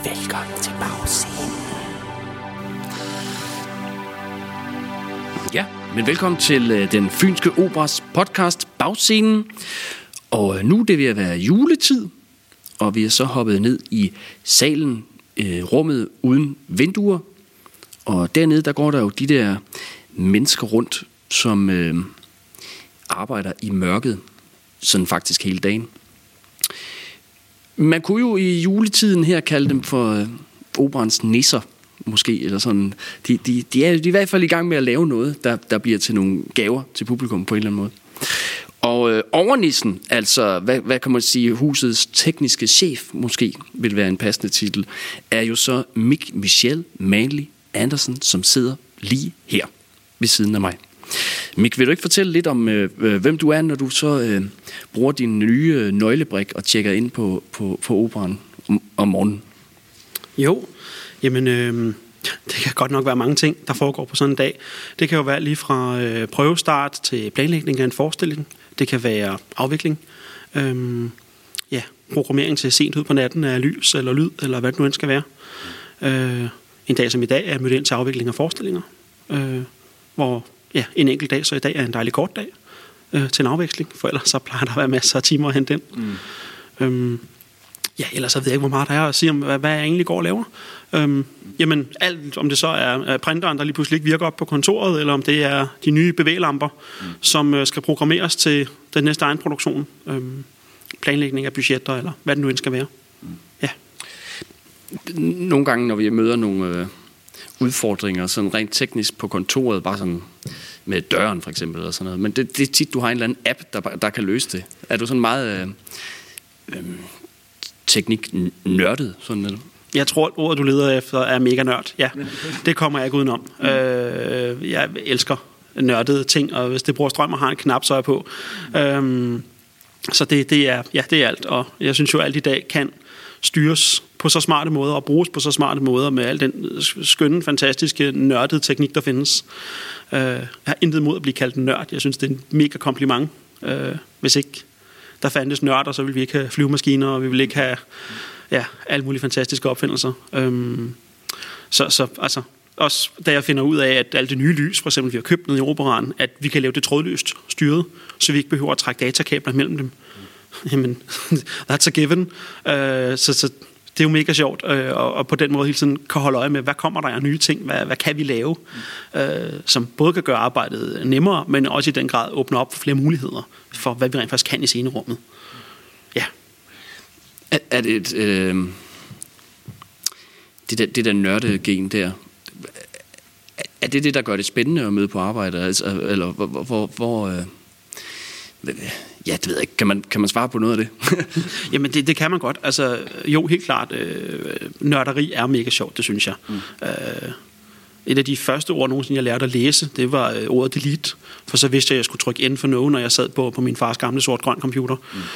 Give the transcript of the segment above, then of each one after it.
Velkommen til Bagscenen. Ja, men velkommen til den Fynske Operas podcast Bagscenen. Og nu er det ved at være juletid, og vi er så hoppet ned i salen, rummet uden vinduer. Og dernede, der går der jo de der mennesker rundt, som arbejder i mørket, sådan faktisk hele dagen. Man kunne jo i juletiden her kalde dem for operans nisser, måske, eller sådan. De er i hvert fald i gang med at lave noget, der bliver til nogle gaver til publikum på en eller anden måde. Og overnissen, altså, hvad kan man sige, husets tekniske chef, måske vil være en passende titel, er jo så Michelle Manley Anderson, som sidder lige her ved siden af mig. Mik, vil du ikke fortælle lidt om, hvem du er, når du så bruger din nye nøglebrik og tjekker ind på operaen om morgenen? Jo, jamen det kan godt nok være mange ting, der foregår på sådan en dag. Det kan jo være lige fra prøvestart til planlægning af en forestilling. Det kan være afvikling, programmering til sent ud på natten af lys eller lyd, eller hvad det nu end skal være. En dag som i dag er jeg mødt ind til afvikling af forestillinger, hvor en enkelt dag, så i dag er en dejlig kort dag til en afveksling, for ellers så plejer der at være masser af timer at hente ind. Ellers så ved jeg ikke, hvor meget der er at sige om, hvad jeg egentlig går og laver. Jamen, alt, om det så er printeren, der lige pludselig ikke virker op på kontoret, eller om det er de nye bevægelamper, som skal programmeres til den næste egen produktion. Planlægning af budgetter, eller hvad det nu end skal være. Ja. Nogle gange, når vi møder nogle udfordringer, sådan rent teknisk på kontoret, bare sådan med døren for eksempel, eller sådan noget. Men det er tit, du har en eller anden app, der kan løse det. Er du sådan meget teknik-nørdet? Sådan noget? Jeg tror, at ordet, du leder efter, er mega nørd. Ja, det kommer jeg ikke udenom. Jeg elsker nørdede ting, og hvis det bruger strøm og har en knap, så er jeg på. Så det er alt, og jeg synes jo, at alt i dag kan styres på så smarte måder og bruges på så smarte måder med al den skønne, fantastiske, nørdede teknik, der findes. Jeg har intet mod at blive kaldt en nørd. Jeg synes, det er en mega kompliment. Hvis ikke der fandtes nørder, så ville vi ikke have flyvemaskiner, og vi ville ikke have alle mulige fantastiske opfindelser. Så altså, også da jeg finder ud af, at alt det nye lys, for eksempel vi har købt ned i operaen, at vi kan lave det trådløst styret, så vi ikke behøver at trække datakabler mellem dem. Jamen, that's a given. Så det er jo mega sjovt, og på den måde hele tiden kan holde øje med, hvad kommer der af nye ting, hvad kan vi lave, som både kan gøre arbejdet nemmere, men også i den grad åbne op for flere muligheder for, hvad vi rent faktisk kan i scenerummet. Ja. Er det det der nørdegen der, er det der gør det spændende at møde på arbejde? Altså, eller hvor det ved jeg ikke. Kan man svare på noget af det? Jamen, det kan man godt. Altså, jo, helt klart. Nørderi er mega sjovt, det synes jeg. Et af de første ord, nogensinde jeg lærte at læse, det var ordet delete. For så vidste jeg, at jeg skulle trykke end for no, når jeg sad på min fars gamle sort-grøn computer.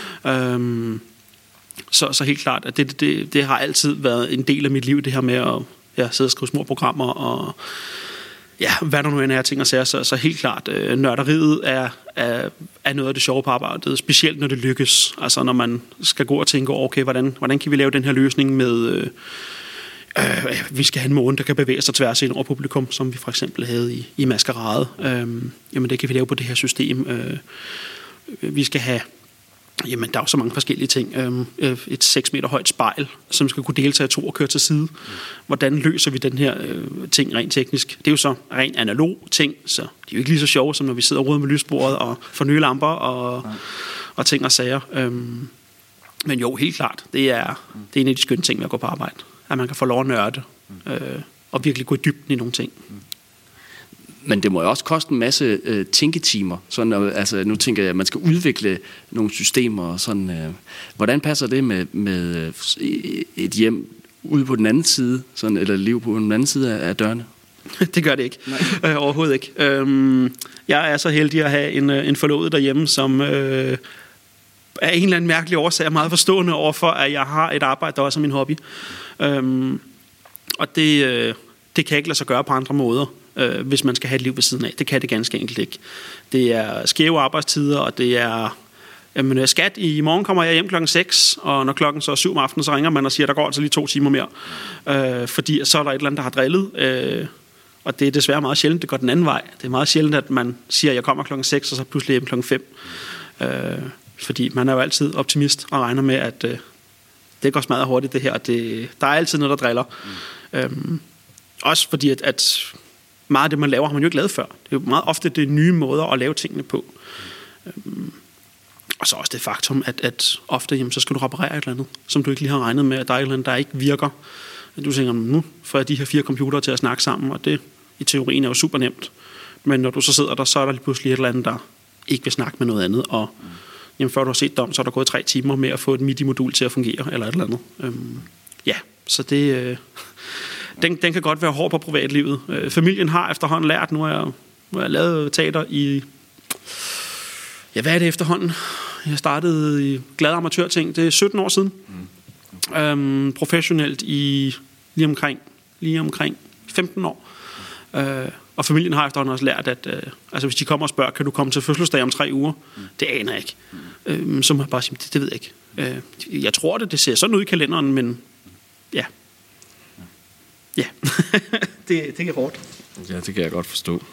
Så helt klart, at det har altid været en del af mit liv, det her med at sidde og skrive små programmer og hvad der nu end er ting at sige, så helt klart, nørderiet er noget af det sjove på arbejdet, specielt når det lykkes. Altså når man skal gå og tænke over, okay, hvordan kan vi lave den her løsning med, vi skal have en måne, der kan bevæge sig tværs ind over publikum, som vi for eksempel havde i Maskerade. Jamen det kan vi lave på det her system. Vi skal have, jamen der er jo så mange forskellige ting. Et 6 meter højt spejl, som skal kunne deltage 2 og køre til side. Hvordan løser vi den her ting rent teknisk? Det er jo så rent analog ting, så de er jo ikke lige så sjove, som når vi sidder og roder med lysbordet og får nye lamper og ting og sager. Men jo, helt klart, det er en af de skønne ting ved at gå på arbejde. At man kan få lov at nørde og virkelig gå i dybden i nogle ting. Men det må jo også koste en masse tænketimer. Sådan, altså, nu tænker jeg, at man skal udvikle nogle systemer. Og sådan, hvordan passer det med et hjem ude på den anden side, sådan, eller et liv på den anden side af dørene? Det gør det ikke. Overhovedet ikke. Jeg er så heldig at have en forlovet derhjemme, som af en eller anden mærkelig årsag er meget forstående overfor, at jeg har et arbejde, der også er min hobby. Og det kan ikke lade sig gøre på andre måder, hvis man skal have et liv ved siden af. Det kan det ganske enkelt ikke. Det er skæve arbejdstider, og det er jamen skat, i morgen kommer jeg hjem klokken 6, og når klokken så er 7 om aftenen, så ringer man og siger, der går altså lige 2 timer mere. Fordi så er der et eller andet, der har drillet, og det er desværre meget sjældent, det går den anden vej. Det er meget sjældent, at man siger, at jeg kommer klokken 6, og så pludselig hjem klokken 5. Fordi man er jo altid optimist og regner med, at det går smadret hurtigt det her. Der er altid noget, der driller. Også fordi, at meget af det, man laver, har man jo ikke lavet før. Det er jo meget ofte det nye måder at lave tingene på. Og så også det faktum, at ofte jamen, så skal du reparere et eller andet, som du ikke lige har regnet med, at der er et eller andet, der ikke virker. Du tænker, nu får jeg de her 4 computere til at snakke sammen, og det i teorien er jo super nemt. Men når du så sidder der, så er der lige pludselig et eller andet, der ikke vil snakke med noget andet, og jamen, før du har set dem, så er der gået 3 timer med at få et MIDI-modul til at fungere, eller et eller andet. Så det... Den kan godt være hård på privatlivet. Familien har efterhånden lært, nu har jeg lavet teater i... Ja, hvad er det efterhånden? Jeg startede i glad amatørting, det er 17 år siden. Professionelt i lige omkring 15 år. Og familien har efterhånden også lært, at altså hvis de kommer og spørger, kan du komme til fødselsdag om 3 uger? Det aner jeg ikke. Så må jeg bare sige, det ved jeg ikke. Jeg tror det ser sådan ud i kalenderen, men ja. Ja, det er hårdt. Ja, det kan jeg godt forstå.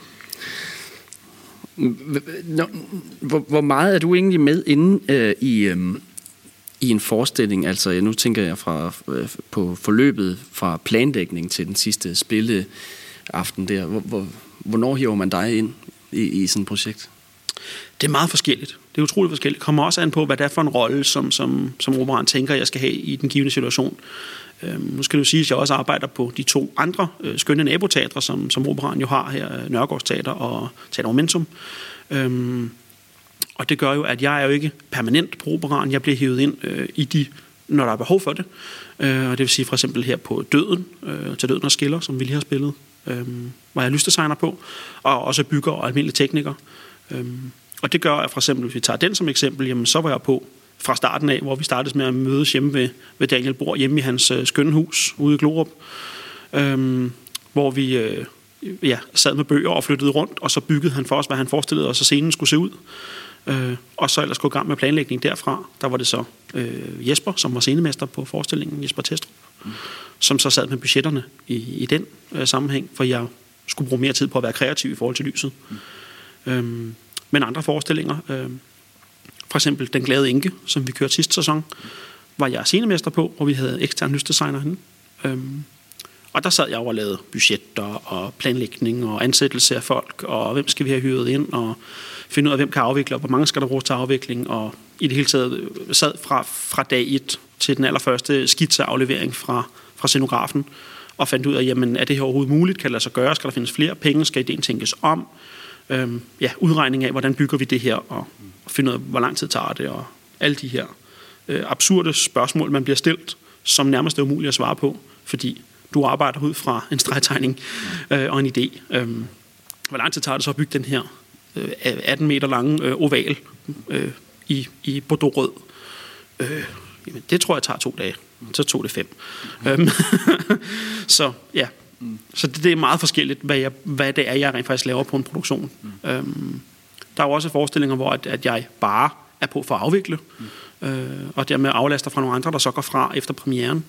Hvor meget er du egentlig med inde i en forestilling? Altså, nu tænker jeg på forløbet fra planlægning til den sidste spilleaften der. Hvornår hiver man dig ind i sådan et projekt? Det er meget forskelligt. Det er utroligt forskelligt. Det kommer også an på, hvad det er for en rolle, som operaen tænker, jeg skal have i den givende situation. Nu skal det jo sige, at jeg også arbejder på de 2 andre skønne naboteatre, som operaen jo har her, Nørregårds Teater og Teater Momentum. Og det gør jo, at jeg er jo ikke permanent på operaen. Jeg bliver hævet ind når der er behov for det. Og det vil sige for eksempel her på Døden, til Døden og Skiller, som vi lige har spillet, hvor jeg er lysdesigner på, og også bygger og almindelig tekniker. Og det gør, at for eksempel, hvis vi tager den som eksempel, jamen, så var jeg på fra starten af, hvor vi startede med at mødes hjemme ved Daniel Bohr, hjemme i hans skønne hus ude i Glorup, hvor vi sad med bøger og flyttede rundt, og så byggede han for os, hvad han forestillede os, at scenen skulle se ud. Og så ellers gå i gang med planlægning derfra. Der var det så Jesper, som var scenemester på forestillingen, Jesper Testrup, som så sad med budgetterne i den sammenhæng, for jeg skulle bruge mere tid på at være kreativ i forhold til lyset. Men andre forestillinger, for eksempel Den Glade Enke, som vi kørte sidste sæson, var jeg scenemester på, hvor vi havde ekstern lysdesigner henne. Og der sad jeg og lavede budgetter og planlægning og ansættelse af folk, og hvem skal vi have hyret ind, og finde ud af, hvem kan afvikle, og hvor mange skal der bruges til afvikling, og i det hele taget sad fra dag 1 til den allerførste skitseaflevering fra scenografen, og fandt ud af, jamen, er det her overhovedet muligt? Kan det lade sig gøre? Skal der findes flere penge? Skal ideen tænkes om? Udregning af, hvordan bygger vi det her, og finde ud af, hvor lang tid tager det, og alle de her absurde spørgsmål, man bliver stillet, som nærmest er umuligt at svare på, fordi du arbejder ud fra en stregtegning og en idé. Hvor lang tid tager det så at bygge den her 18 meter lange oval i Bordeaux-rød? Jamen, det tror jeg tager 2 dage. Så tog det 5. Så ja. Så det er meget forskelligt, hvad det er, jeg rent faktisk laver på en produktion. Der er jo også forestillinger, hvor at jeg bare er på for at afvikle, og dermed aflaster fra nogle andre, der så går fra efter premieren.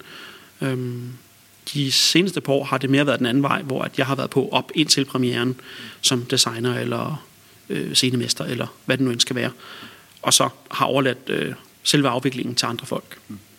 De seneste par år har det mere været den anden vej, hvor at jeg har været på op indtil premieren som designer eller scenemester, eller hvad det nu end skal være. Og så har overladt selve afviklingen til andre folk.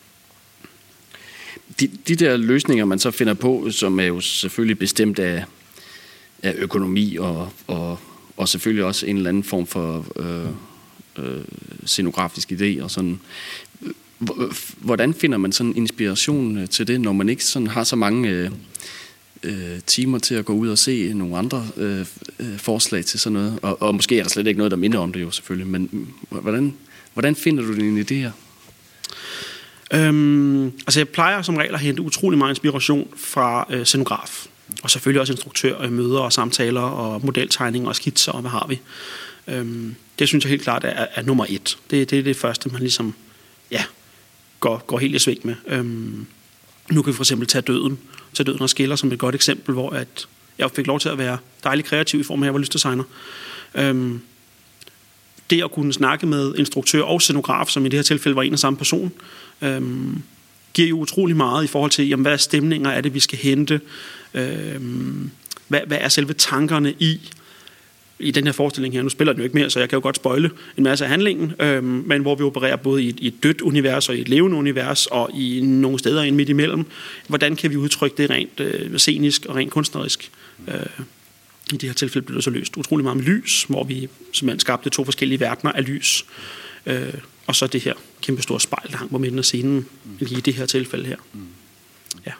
De der løsninger, man så finder på, som er jo selvfølgelig bestemt af økonomi og selvfølgelig også en eller anden form for scenografisk idé og sådan. Hvordan finder man sådan inspiration til det, når man ikke sådan har så mange timer til at gå ud og se nogle andre forslag til sådan noget? Og måske er der slet ikke noget, der minder om det jo selvfølgelig, men hvordan finder du dine idéer? Altså jeg plejer som regel at hente utrolig meget inspiration fra scenograf, og selvfølgelig også instruktør, møder og samtaler og modeltegninger og skitser og hvad har vi. Det synes jeg helt klart er nummer 1. Det er det første, man ligesom går helt i sving med. Nu kan vi for eksempel tage Døden og Skiller som et godt eksempel, hvor at jeg fik lov til at være dejlig kreativ i form af, at jeg var lysdesigner. det at kunne snakke med instruktør og scenograf, som i det her tilfælde var en og samme person, giver jo utrolig meget i forhold til, jamen, hvad er stemninger, er det, vi skal hente, hvad er selve tankerne i den her forestilling her. Nu spiller den jo ikke mere, så jeg kan jo godt spoile en masse af handlingen, men hvor vi opererer både i et dødt univers og i et levende univers, og i nogle steder ind midt imellem. Hvordan kan vi udtrykke det rent scenisk og rent kunstnerisk? I det her tilfælde blev det så løst utrolig meget med lys, hvor vi simpelthen skabte 2 forskellige verdener af lys. Og så det her kæmpe store spejl, der hang på midten af scenen, lige i det her tilfælde her. Ja.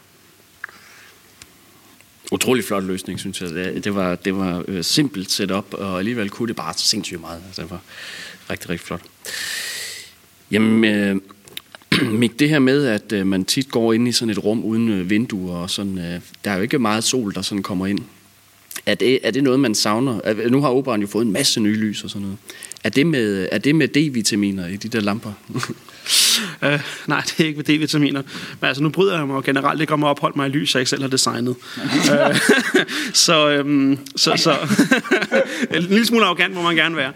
Utrolig flot løsning, synes jeg. Det var simpelt setup, og alligevel kunne det bare sindssygt meget. Altså, det var rigtig, rigtig flot. Jamen, Mik, det her med, at man tit går ind i sådan et rum uden vinduer, og sådan, der er jo ikke meget sol, der sådan kommer ind. Er det noget, man savner? Nu har operaen jo fået en masse nye lys og sådan noget. Er det med D-vitaminer i de der lamper? Nej, det er ikke med D-vitaminer. Men altså, nu bryder jeg mig jo generelt ikke om at opholde mig i lys, jeg ikke selv har designet. Så en lille smule arrogant må man gerne være.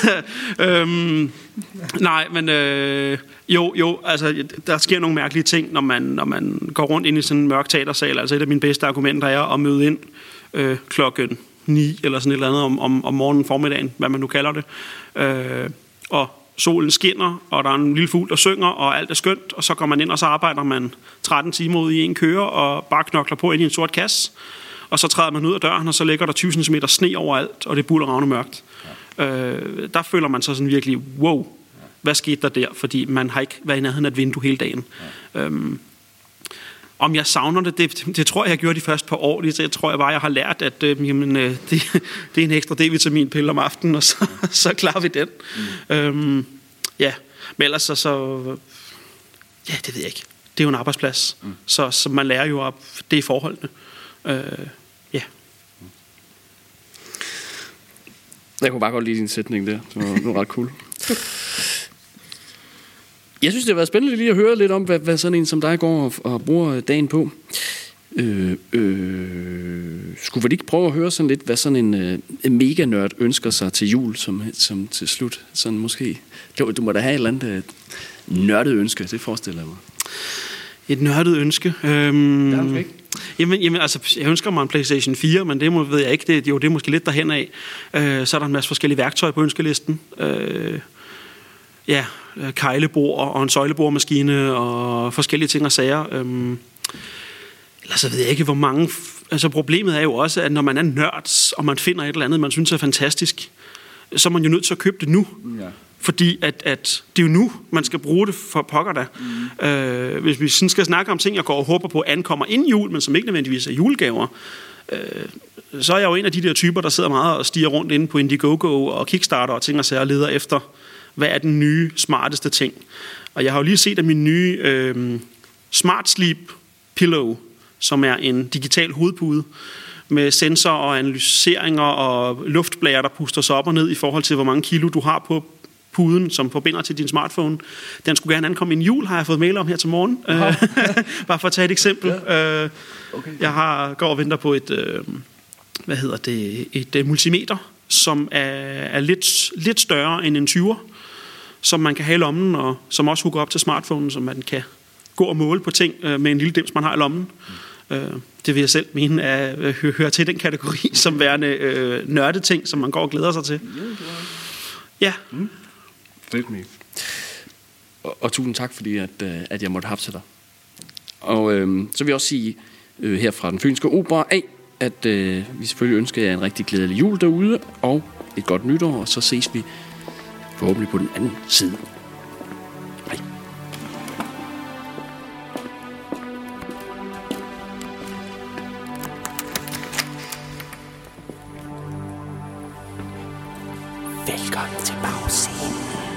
Nej, men jo, altså, der sker nogle mærkelige ting, når man går rundt ind i sådan en mørk teatersal. Altså, et af mine bedste argumenter er at møde ind klokken 9 eller sådan et eller andet om morgenen, formiddagen, hvad man nu kalder det. Og solen skinner, og der er en lille fugl, der synger, og alt er skønt, og så går man ind, og så arbejder man 13 timer ude i en køre, og bare knokler på ind i en sort kasse, og så træder man ud af døren, og så ligger der 20 cm sne overalt, og det buller ravne mørkt. Ja. Der føler man så sådan virkelig, wow, hvad skete der? Fordi man har ikke været i nærheden af et vindue hele dagen. Ja. Om jeg savner det tror jeg gjorde de første par år. Det tror jeg bare, jeg har lært, at det er en ekstra D-vitaminpille om aftenen, og så klarer vi den. Ja, men ellers så ja, det ved jeg ikke. Det er jo en arbejdsplads, så man lærer jo op det i forholdene. Ja. Jeg kunne bare godt lide din sætning der. Det var ret cool. Jeg synes, det har været spændende lige at høre lidt om, hvad sådan en som dig går og bruger dagen på. Skulle vi ikke prøve at høre sådan lidt, hvad sådan en mega-nørd ønsker sig til jul, som til slut? Sådan måske. Du må da have et eller andet nørdet ønske, det forestiller jeg mig. Et nørdet ønske? Jamen, altså, jeg ønsker mig en PlayStation 4, men det ved jeg ikke. Det er måske lidt derhen af. Så er der en masse forskellige værktøjer på ønskelisten. Ja, kejlebord og en søjlebordmaskine og forskellige ting og sager. Ellers ved jeg ikke, hvor mange... Altså, problemet er jo også, at når man er nørd, og man finder et eller andet, man synes er fantastisk, så er man jo nødt til at købe det nu. Ja. Fordi at det er jo nu, man skal bruge det for pokker da. Hvis vi sådan skal snakke om ting, jeg går og håber på, ankommer inden jul, men som ikke nødvendigvis er julegaver, så er jeg jo en af de der typer, der sidder meget og stiger rundt inde på Indiegogo og Kickstarter og ting og sager og leder efter, hvad er den nye, smarteste ting. Og jeg har jo lige set, at min nye Smart Sleep Pillow, som er en digital hovedpude, med sensorer og analyseringer og luftblærer, der puster sig op og ned i forhold til, hvor mange kilo du har på puden, som forbinder til din smartphone. Den skulle gerne ankomme i en jul, har jeg fået mail om her til morgen. Bare for at tage et eksempel. Ja. Okay. Jeg går og venter på et multimeter, som er lidt større end en 20'er, som man kan have i lommen, og som også hooker op til smartphonen, så man kan gå og måle på ting med en lille dims, man har i lommen. Det vil jeg selv mene at høre til den kategori, som værende nørdet ting, som man går og glæder sig til. Ja. Fedt, Mik. Og tusind tak, fordi at jeg måtte hapse dig. Og så vil jeg også sige her fra den Fynske Opera af, at vi selvfølgelig ønsker jer en rigtig glædelig jul derude, og et godt nytår, og så ses vi forhåbentlig på den anden side. Hej. Velkommen til bagscenen.